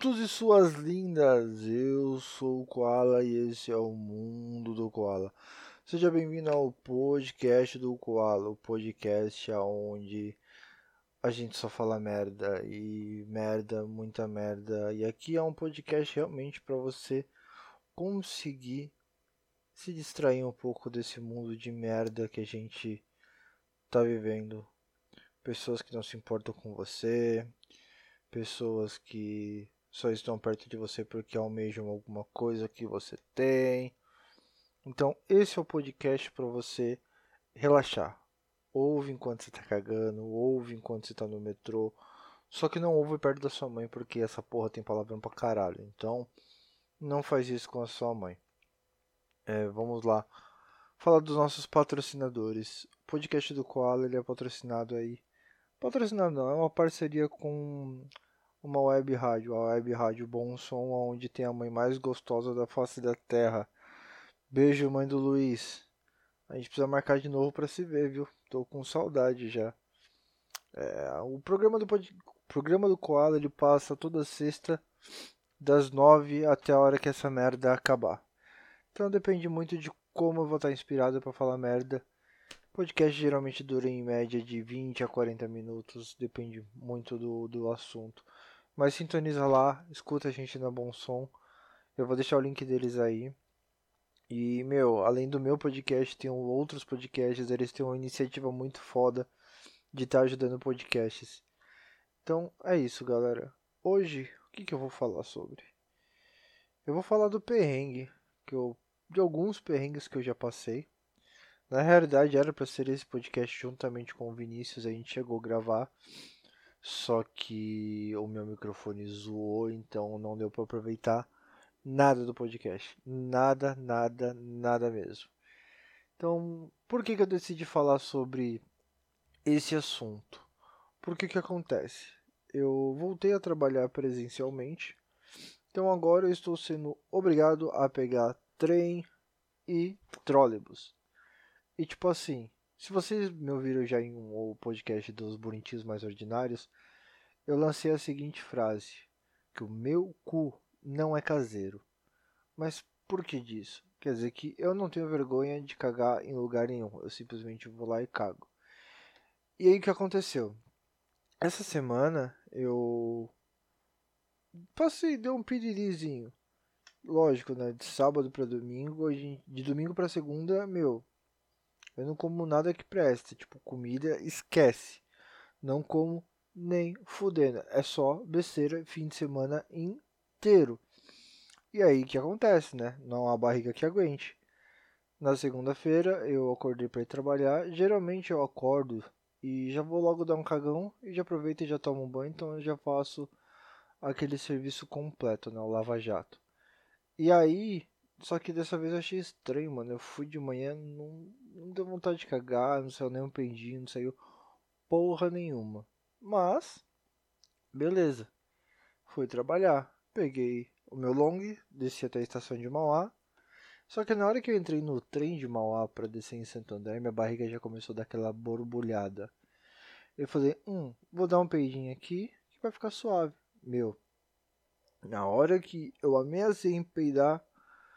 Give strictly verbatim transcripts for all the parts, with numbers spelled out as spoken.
Juntos e suas lindas, eu sou o Koala e esse é o Mundo do Koala. Seja bem-vindo ao podcast do Koala, o podcast onde a gente só fala merda e merda, muita merda. E aqui é um podcast realmente para você conseguir se distrair um pouco desse mundo de merda que a gente tá vivendo. Pessoas que não se importam com você, pessoas que só estão perto de você porque almejam alguma coisa que você tem. Então, esse é o podcast para você relaxar. Ouve enquanto você tá cagando, ouve enquanto você tá no metrô. Só que não ouve perto da sua mãe porque essa porra tem palavrão pra caralho. Então, não faz isso com a sua mãe. É, vamos lá. Falar dos nossos patrocinadores. O podcast do Koala ele é patrocinado aí. Patrocinado não, é uma parceria com uma web rádio, a web rádio Bom Som, onde tem a mãe mais gostosa da face da terra. Beijo, mãe do Luiz. A gente precisa marcar de novo pra se ver, viu? Tô com saudade já. É, o programa do, pod... programa do Koala ele passa toda sexta, das nove até a hora que essa merda acabar. Então depende muito de como eu vou estar inspirado pra falar merda. O podcast geralmente dura em média de vinte a quarenta minutos, depende muito do, do assunto. Mas sintoniza lá, escuta a gente na Bom Som. Eu vou deixar o link deles aí. E, meu, além do meu podcast, tem outros podcasts. Eles têm uma iniciativa muito foda de estar ajudando podcasts. Então, é isso, galera. Hoje, o que, que eu vou falar sobre? Eu vou falar do perrengue, que eu, de alguns perrengues que eu já passei. Na realidade, era para ser esse podcast juntamente com o Vinícius. A gente chegou a gravar. Só que o meu microfone zoou, então não deu para aproveitar nada do podcast. Nada, nada, nada mesmo. Então, por que, que eu decidi falar sobre esse assunto? Porque que acontece? Eu voltei a trabalhar presencialmente, então agora eu estou sendo obrigado a pegar trem e trólebus. E tipo assim, se vocês me ouviram já em um podcast dos Bonitinhos Mais Ordinários, eu lancei a seguinte frase, que o meu cu não é caseiro. Mas por que disso? Quer dizer que eu não tenho vergonha de cagar em lugar nenhum. Eu simplesmente vou lá e cago. E aí o que aconteceu? Essa semana eu passei, deu um piririzinho. Lógico, né? De sábado para domingo, hoje, de domingo para segunda, meu, eu não como nada que preste. Tipo, comida, esquece. Não como nem fudendo. É só besteira fim de semana inteiro. E aí o que acontece, né? Não há barriga que aguente. Na segunda-feira eu acordei para ir trabalhar. Geralmente eu acordo e já vou logo dar um cagão e já aproveito e já tomo um banho, então eu já faço aquele serviço completo, né? O lava-jato. E aí, só que dessa vez eu achei estranho, mano. Eu fui de manhã, não, não deu vontade de cagar, não saiu nem um pendinho, não saiu porra nenhuma. Mas, beleza. Fui trabalhar. Peguei o meu long, desci até a estação de Mauá. Só que na hora que eu entrei no trem de Mauá para descer em Santo André, minha barriga já começou a dar aquela borbulhada. Eu falei, hum, vou dar um peidinho aqui que vai ficar suave. Meu, na hora que eu ameacei em peidar,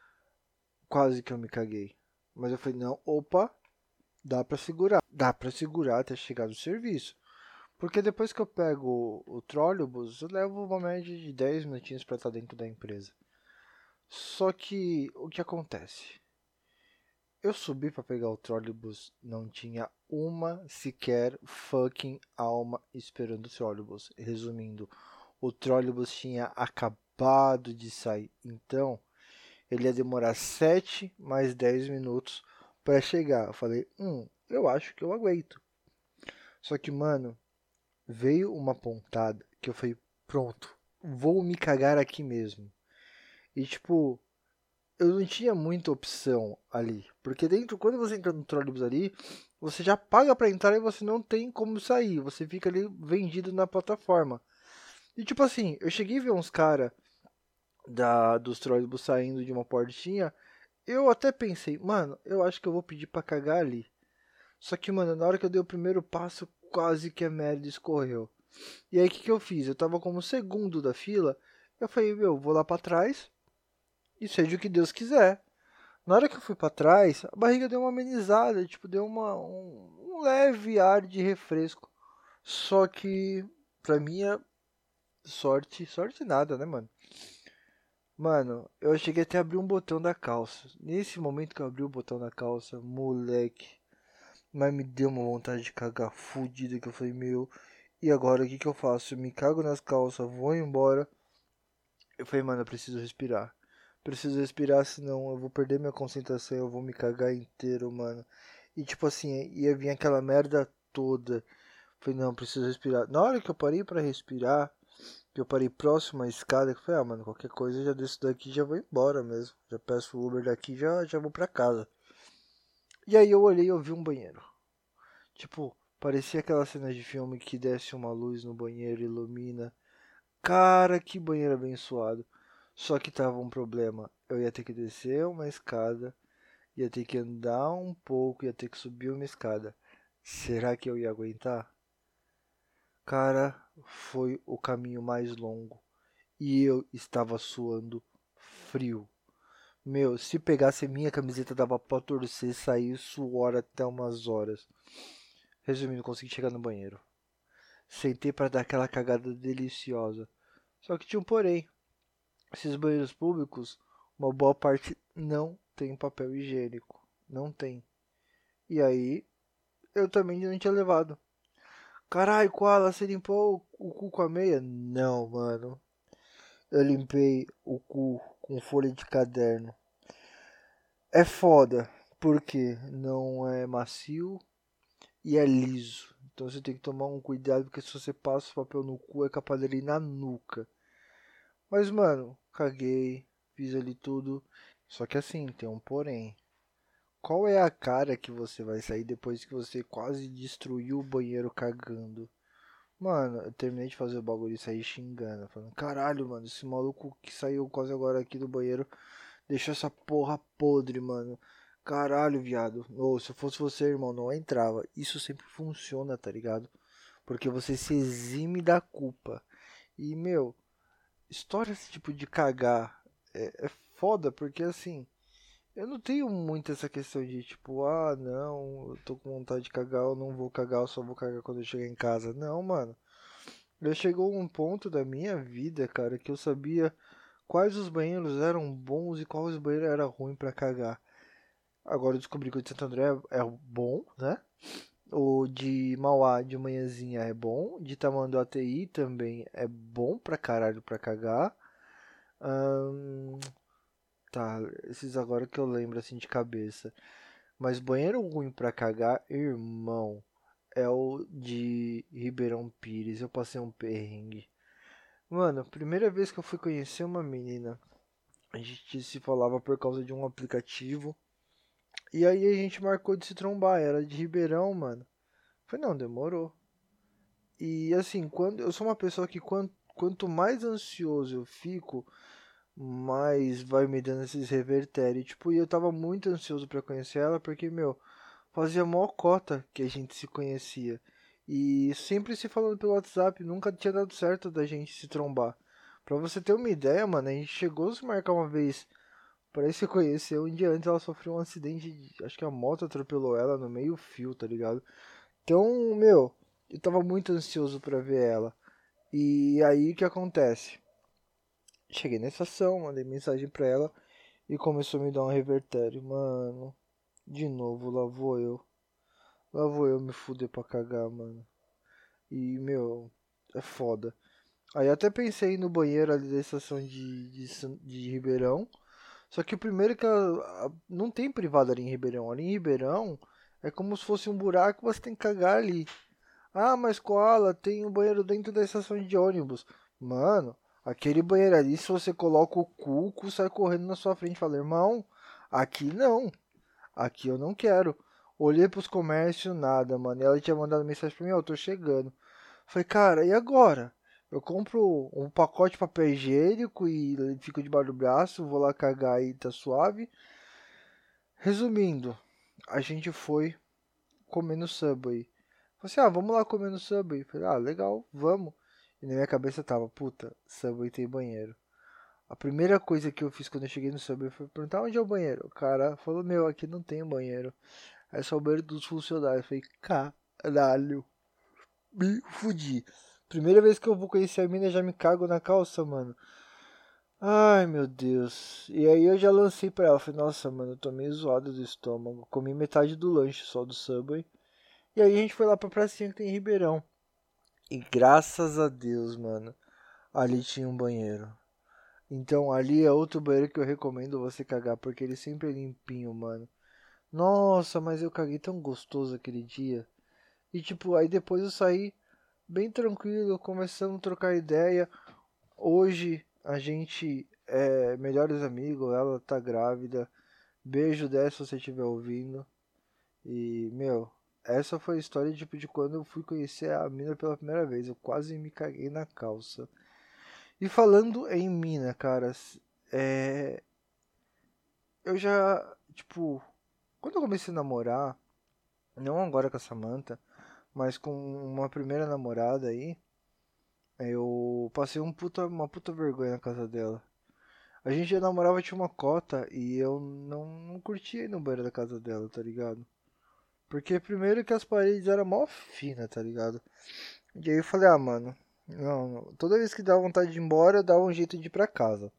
quase que eu me caguei. Mas eu falei, não, opa, dá pra segurar. Dá pra segurar até chegar no serviço. Porque depois que eu pego o, o trólebus, eu levo uma média de dez minutinhos pra estar dentro da empresa. Só que o que acontece? Eu subi pra pegar o trólebus, não tinha uma sequer fucking alma esperando o trólebus. Resumindo, o trólebus tinha acabado de sair. Então, ele ia demorar sete mais dez minutos para chegar. Eu falei, hum, eu acho que eu aguento. Só que, mano, veio uma pontada que eu falei, pronto, vou me cagar aqui mesmo. E tipo, eu não tinha muita opção ali. Porque dentro, quando você entra no trolleybus ali, você já paga para entrar e você não tem como sair. Você fica ali vendido na plataforma. E tipo assim, eu cheguei a ver uns caras da dos trolleybus saindo de uma portinha. Eu até pensei, mano, eu acho que eu vou pedir pra cagar ali. Só que, mano, na hora que eu dei o primeiro passo, quase que a merda escorreu. E aí, o que, que eu fiz? Eu tava como segundo da fila, Eu falei, meu, vou lá pra trás e seja o que Deus quiser. Na hora que eu fui pra trás, a barriga deu uma amenizada, tipo, deu uma, um, um leve ar de refresco. Só que, pra minha sorte, sorte nada, né, mano? Mano, eu cheguei até a abrir um botão da calça. Nesse momento que eu abri o botão da calça, moleque, mas me deu uma vontade de cagar fudida que eu falei, meu, e agora o que que eu faço? Eu me cago nas calças, vou embora. Eu falei, mano, eu preciso respirar. Preciso respirar, senão eu vou perder minha concentração, eu vou me cagar inteiro, mano. E tipo assim, ia vir aquela merda toda. Falei, não, preciso respirar. Na hora que eu parei pra respirar, que eu parei próximo à escada, que eu falei, ah, mano, qualquer coisa eu já desço daqui e já vou embora mesmo. Já peço o Uber daqui e já, já vou pra casa. E aí eu olhei e eu vi um banheiro. Tipo, parecia aquela cena de filme que desce uma luz no banheiro, ilumina. Cara, que banheiro abençoado. Só que tava um problema. Eu ia ter que descer uma escada, ia ter que andar um pouco, ia ter que subir uma escada. Será que eu ia aguentar? Cara, foi o caminho mais longo e eu estava suando frio. Meu, se pegasse minha camiseta dava pra torcer, sair suor até umas horas. Resumindo, consegui chegar no banheiro. Sentei para dar aquela cagada deliciosa. Só que tinha um porém. Esses banheiros públicos, uma boa parte não tem papel higiênico. Não tem. E aí, eu também não tinha levado. Caralho, Koala, você limpou o cu com a meia? Não, mano. Eu limpei o cu com folha de caderno. É foda, porque não é macio e é liso. Então você tem que tomar um cuidado, porque se você passa o papel no cu, é capaz dele ir na nuca. Mas, mano, caguei, fiz ali tudo. Só que assim, tem um porém. Qual é a cara que você vai sair depois que você quase destruiu o banheiro cagando? Mano, eu terminei de fazer o bagulho e saí xingando. Falando, caralho, mano, esse maluco que saiu quase agora aqui do banheiro deixou essa porra podre, mano. Caralho, viado. Ou se eu fosse você, irmão, não entrava. Isso sempre funciona, tá ligado? Porque você se exime da culpa. E, meu, história esse tipo de cagar é, é foda, porque assim, eu não tenho muito essa questão de tipo, ah, não, eu tô com vontade de cagar, eu não vou cagar, eu só vou cagar quando eu chegar em casa. Não, mano. Já chegou um ponto da minha vida, cara, que eu sabia quais os banheiros eram bons e quais os banheiros eram ruins pra cagar. Agora eu descobri que o de Santo André é bom, né? O de Mauá de manhãzinha é bom. De Tamanduá T I também é bom pra caralho pra cagar. Ahn, tá, esses agora que eu lembro assim de cabeça. Mas banheiro ruim pra cagar, irmão, é o de Ribeirão Pires. Eu passei um perrengue. Mano, primeira vez que eu fui conhecer uma menina, a gente se falava por causa de um aplicativo. E aí a gente marcou de se trombar. Era de Ribeirão, mano. Falei, não, demorou. E assim, quando eu sou uma pessoa que quanto, quanto mais ansioso eu fico, mais vai me dando esses revertério. Tipo, e eu tava muito ansioso pra conhecer ela, porque, meu, fazia mó cota que a gente se conhecia. E sempre se falando pelo WhatsApp, nunca tinha dado certo da gente se trombar. Pra você ter uma ideia, mano, a gente chegou a se marcar uma vez pra se conhecer. Um dia antes ela sofreu um acidente, de- acho que a moto atropelou ela no meio fio, tá ligado? Então, meu, eu tava muito ansioso pra ver ela. E aí o que acontece? Cheguei na estação, mandei mensagem pra ela e começou a me dar um revertério. Mano, de novo, lá vou eu. Lá vou eu me fuder pra cagar, mano. E, meu, é foda. Aí até pensei no banheiro ali da estação de, de, San- de Ribeirão. Só que o primeiro que a- a- não tem privado ali em Ribeirão. Ali em Ribeirão é como se fosse um buraco, você tem que cagar ali. Ah, mas Koala, tem um banheiro dentro da estação de ônibus. Mano, aquele banheiro ali, se você coloca o cu, o cu sai correndo na sua frente. Fala, irmão, aqui não. Aqui eu não quero. Olhei pros comércios, nada, mano. E ela tinha mandado mensagem pra mim, ó, eu tô chegando. Falei, cara, e agora? Eu compro um pacote de papel higiênico e fico debaixo do braço, vou lá cagar e tá suave. Resumindo, a gente foi comer no Subway. Falei assim, ah, vamos lá comer no Subway. Falei, ah, legal, vamos. E na minha cabeça tava, puta, Subway tem banheiro. A primeira coisa que eu fiz quando eu cheguei no Subway foi perguntar onde é o banheiro. O cara falou, meu, aqui não tem banheiro. É só o banheiro dos funcionários. Eu falei, caralho, me fudi. Primeira vez que eu vou conhecer a mina, já me cago na calça, mano. Ai, meu Deus. E aí eu já lancei pra ela. Falei, nossa, mano, eu tô meio zoado do estômago. Comi metade do lanche só do Subway. E aí a gente foi lá pra pracinha que tem em Ribeirão. E graças a Deus, mano, ali tinha um banheiro. Então ali é outro banheiro que eu recomendo você cagar, porque ele sempre é limpinho, mano. Nossa, mas eu caguei tão gostoso aquele dia. E tipo, aí depois eu saí bem tranquilo, começamos a trocar ideia. Hoje a gente é melhores amigos, ela tá grávida. Beijo dessa se você estiver ouvindo. E, meu, essa foi a história tipo, de quando eu fui conhecer a mina pela primeira vez. Eu quase me caguei na calça. E falando em mina, caras, é. Eu já, tipo, quando eu comecei a namorar, não agora com a Samantha, mas com uma primeira namorada aí, eu passei um puta, uma puta vergonha na casa dela. A gente já namorava, tinha uma cota e eu não, não curtia ir no banheiro da casa dela, tá ligado? Porque primeiro que as paredes eram mó finas, tá ligado? E aí eu falei, ah, mano, não, não. Toda vez que dava vontade de ir embora, eu dava um jeito de ir pra casa.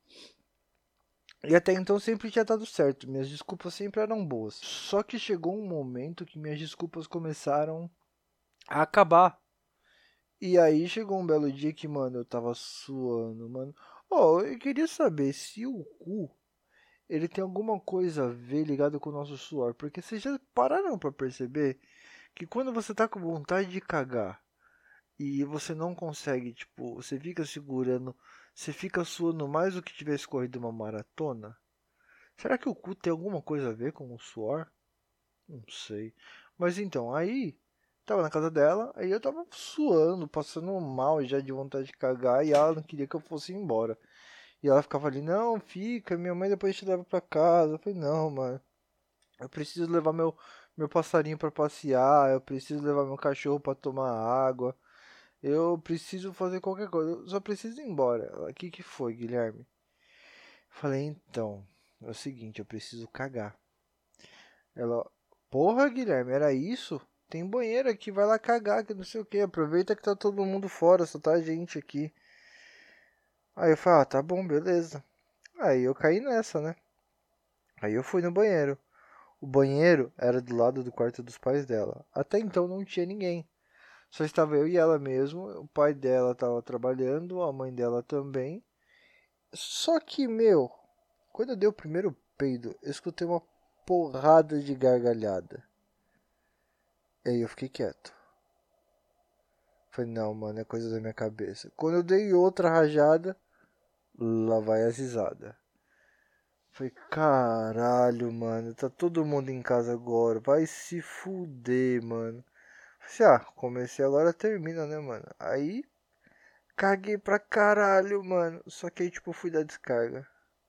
E até então sempre tinha dado certo, minhas desculpas sempre eram boas. Só que chegou um momento que minhas desculpas começaram a acabar. E aí chegou um belo dia que, mano, eu tava suando, mano. Oh, eu queria saber se o cu, ele tem alguma coisa a ver ligado com o nosso suor. Porque vocês já pararam pra perceber que quando você tá com vontade de cagar e você não consegue, tipo, você fica segurando, você fica suando mais do que tivesse corrido uma maratona? Será que o cu tem alguma coisa a ver com o suor? Não sei. Mas então, aí tava na casa dela, aí eu tava suando, passando mal já de vontade de cagar e ela não queria que eu fosse embora. E ela ficava ali, não, fica, minha mãe depois te leva pra casa. Eu falei, não, mano, eu preciso levar meu, meu passarinho pra passear, eu preciso levar meu cachorro pra tomar água, eu preciso fazer qualquer coisa, eu só preciso ir embora. O que que foi, Guilherme? Falei, então, é o seguinte, eu preciso cagar. Ela, porra, Guilherme, era isso? Tem banheiro aqui, vai lá cagar, que não sei o que. Aproveita que tá todo mundo fora, só tá a gente aqui. Aí eu falei, ah, tá bom, beleza. Aí eu caí nessa, né? Aí eu fui no banheiro. O banheiro era do lado do quarto dos pais dela. Até então não tinha ninguém. Só estava eu e ela mesmo. O pai dela estava trabalhando, a mãe dela também. Só que, meu, quando eu dei o primeiro peido, eu escutei uma porrada de gargalhada. E aí eu fiquei quieto. Falei, não, mano, é coisa da minha cabeça. Quando eu dei outra rajada, lá vai as risadas. Falei, caralho, mano, tá todo mundo em casa agora. Vai se fuder, mano. Falei, ah, comecei agora, termina, né, mano? Aí, caguei pra caralho, mano. Só que aí, tipo, fui dar descarga.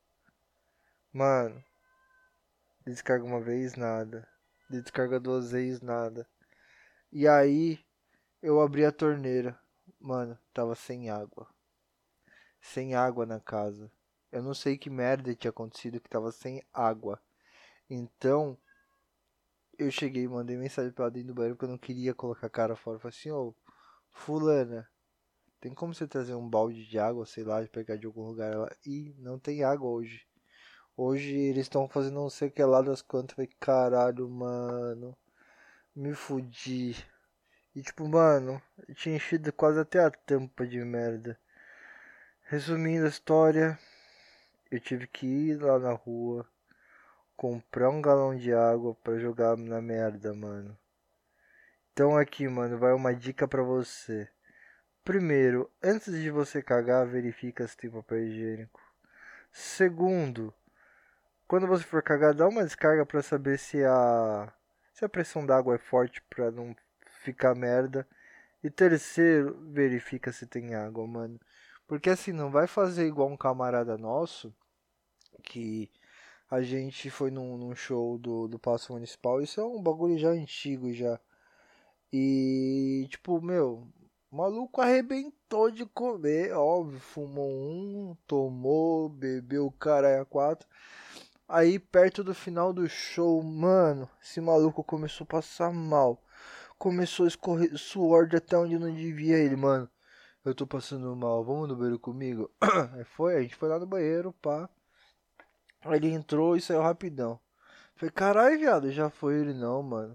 Mano, descarga uma vez, nada. Descarga duas vezes, nada. E aí, eu abri a torneira. Mano, tava sem água. Sem água na casa. Eu não sei que merda tinha acontecido que tava sem água. Então, eu cheguei e mandei mensagem pra ela dentro do banheiro porque eu não queria colocar a cara fora. Eu falei assim, ô, fulana, tem como você trazer um balde de água, sei lá, de pegar de algum lugar? Ela, ih, não tem água hoje. Hoje eles estão fazendo não sei o que lá das quantas. Eu falei, caralho, mano, me fudi. E tipo, mano, eu tinha enchido quase até a tampa de merda. Resumindo a história, eu tive que ir lá na rua, comprar um galão de água pra jogar na merda, mano. Então aqui, mano, vai uma dica pra você. Primeiro, antes de você cagar, verifica se tem papel higiênico. Segundo, quando você for cagar, dá uma descarga pra saber se a se a pressão da água é forte pra não ficar merda. E terceiro, verifica se tem água, mano. Porque assim, não vai fazer igual um camarada nosso que a gente foi num, num show do, do Paço Municipal. Isso é um bagulho já antigo já. E, tipo, meu, O maluco arrebentou de comer, óbvio, fumou um, tomou, bebeu o cara a quatro. Aí perto do final do show, mano, esse maluco começou a passar mal. Começou a escorrer suor de até onde não devia ele, mano. Eu tô passando mal, vamos no banheiro comigo? Aí foi, a gente foi lá no banheiro, pá. Aí ele entrou e saiu rapidão. Falei, caralho, viado, já foi ele não, mano.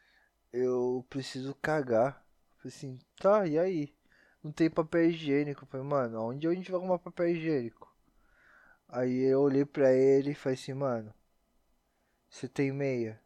Eu preciso cagar. Falei assim, tá, e aí? Não tem papel higiênico. Falei, mano, onde a gente vai arrumar papel higiênico? Aí eu olhei pra ele e falei assim, mano, você tem meia?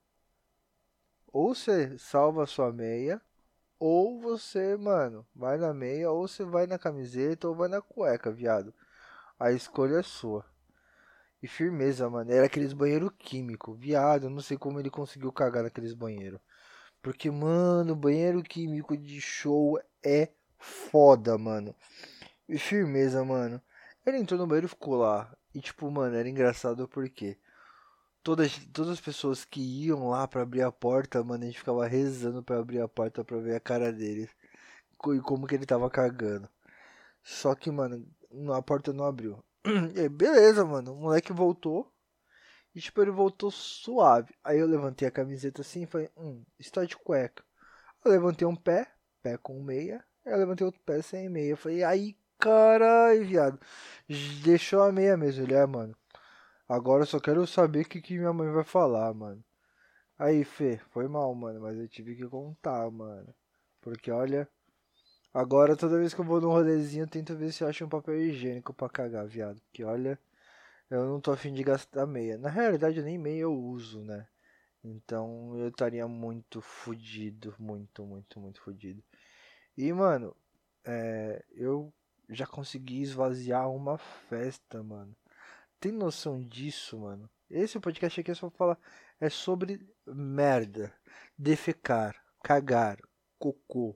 Ou você salva a sua meia, ou você, mano, vai na meia, ou você vai na camiseta, ou vai na cueca, viado. A escolha é sua. E firmeza, mano. Era aqueles banheiro químico. Viado, eu não sei como ele conseguiu cagar naqueles banheiros. Porque, mano, banheiro químico de show é foda, mano. E firmeza, mano. Ele entrou no banheiro e ficou lá. E, tipo, mano, era engraçado porque todas, todas as pessoas que iam lá pra abrir a porta, mano, a gente ficava rezando pra abrir a porta pra ver a cara dele. E como que ele tava cagando. Só que, mano, a porta não abriu. E aí, beleza, mano. O moleque voltou. E tipo, ele voltou suave. Aí eu levantei a camiseta assim e falei, hum, está de cueca. Eu levantei um pé, pé com meia. Aí eu levantei outro pé sem meia. Eu falei, aí, caralho, viado. Deixou a meia mesmo. Ele é, mano. Agora eu só quero saber o que, que minha mãe vai falar, mano. Aí, Fê, foi mal, mano. Mas eu tive que contar, mano. Porque olha. Agora toda vez que eu vou num rolezinho, eu tento ver se eu acho um papel higiênico pra cagar, viado. Porque olha. Eu não tô afim de gastar meia. Na realidade, nem meia eu uso, né? Então eu estaria muito fudido. Muito, muito, muito fudido. E, mano, é, eu já consegui esvaziar uma festa, mano. Tem noção disso, mano? Esse podcast aqui é só pra falar. É sobre merda. Defecar. Cagar. Cocô.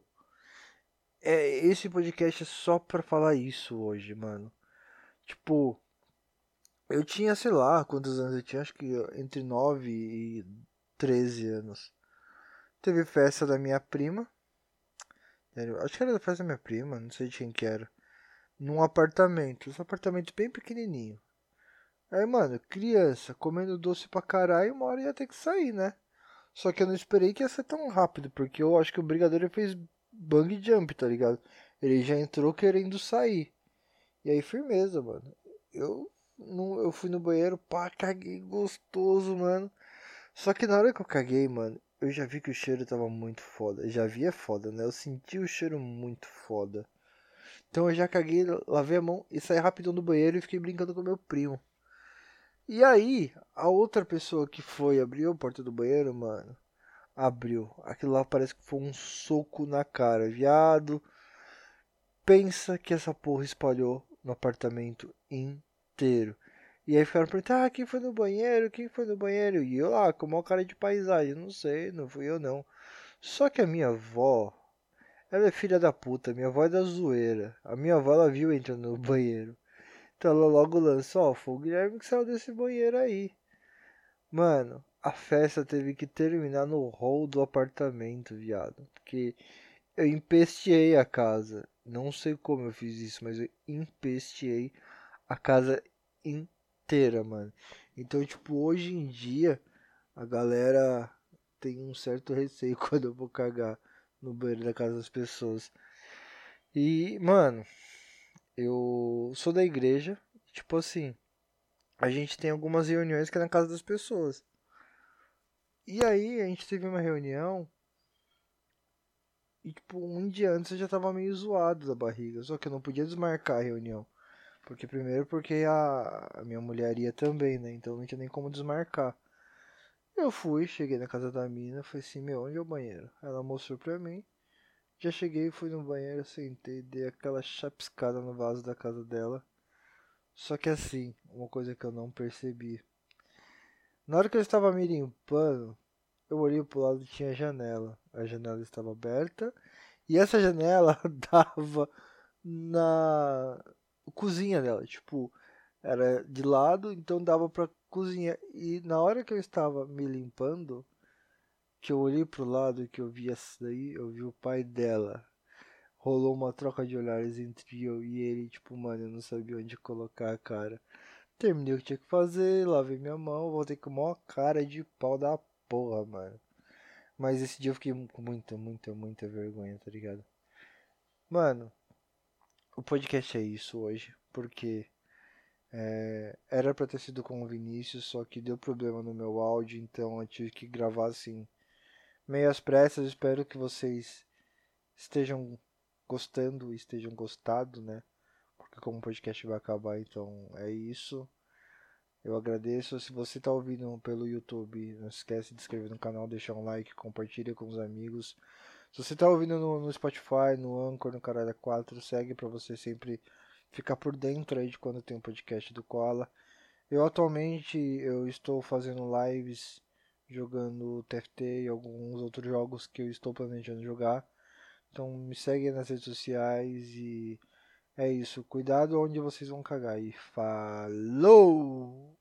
É, esse podcast é só pra falar isso hoje, mano. Tipo, eu tinha, sei lá, quantos anos eu tinha, acho que entre nove e treze anos. Teve festa da minha prima, acho que era da festa da minha prima, não sei de quem que era. Num apartamento, um apartamento bem pequenininho. Aí, mano, criança, comendo doce pra caralho, uma hora ia ter que sair, né? Só que eu não esperei que ia ser tão rápido, porque eu acho que o brigadeiro fez bang jump, tá ligado? Ele já entrou querendo sair. E aí, firmeza, mano. Eu, não, eu fui no banheiro, pá, caguei gostoso, mano. Só que na hora que eu caguei, mano, eu já vi que o cheiro tava muito foda. Já vi é foda, né? Eu senti o cheiro muito foda. Então eu já caguei, lavei a mão e saí rapidão do banheiro e fiquei brincando com meu primo. E aí, a outra pessoa que foi abriu a porta do banheiro, mano, abriu. Aquilo lá parece que foi um soco na cara, viado. Pensa que essa porra espalhou no apartamento inteiro. E aí ficaram perguntando, ah, quem foi no banheiro? Quem foi no banheiro? E eu lá, com uma cara de paisagem, não sei, não fui eu não. Só que a minha avó, ela é filha da puta, minha avó é da zoeira. A minha avó, ela viu entrando no banheiro. Então ela logo lançou, ó, foi o Guilherme que saiu desse banheiro aí. Mano, a festa teve que terminar no hall do apartamento, viado. Porque eu empesteei a casa. Não sei como eu fiz isso, mas eu empesteei a casa inteira, mano. Então, tipo, hoje em dia, a galera tem um certo receio quando eu vou cagar no banheiro da casa das pessoas. E, mano, eu sou da igreja. Tipo assim, a gente tem algumas reuniões que é na casa das pessoas. E aí, a gente teve uma reunião. E, tipo, um dia antes eu já tava meio zoado da barriga. Só que eu não podia desmarcar a reunião. Porque, primeiro, porque a, a minha mulher ia também, né? Então não tinha nem como desmarcar. Eu fui, cheguei na casa da mina, falei assim, meu, onde é o banheiro? Ela mostrou pra mim. Já cheguei, fui no banheiro, sentei, dei aquela chapiscada no vaso da casa dela. Só que assim, uma coisa que eu não percebi. Na hora que eu estava me limpando, eu olhei pro lado e tinha janela. A janela estava aberta. E essa janela dava na cozinha dela. Tipo, era de lado, então dava pra cozinha. E na hora que eu estava me limpando, que eu olhei pro lado e que eu vi essa daí, eu vi o pai dela rolou uma troca de olhares entre eu e ele, tipo, mano, eu não sabia onde colocar a cara. Terminei o que tinha que fazer, lavei minha mão, voltei com uma cara de pau da porra, mano. Mas esse dia eu fiquei com muita, muita, muita vergonha, tá ligado? Mano, o podcast é isso hoje, porque é, era pra ter sido com o Vinícius, só que deu problema no meu áudio, então eu tive que gravar assim, meio às pressas. Espero que vocês estejam gostando, estejam gostado, né? Porque como o podcast vai acabar, então é isso. Eu agradeço. Se você está ouvindo pelo YouTube, não esquece de se inscrever no canal, deixar um like, compartilha com os amigos. Se você está ouvindo no, no Spotify, no Anchor, no Caralho quatro, segue para você sempre ficar por dentro aí de quando tem um podcast do Koala. Eu atualmente eu estou fazendo lives jogando T F T e alguns outros jogos que eu estou planejando jogar. Então me segue nas redes sociais e é isso. Cuidado onde vocês vão cagar. E falou!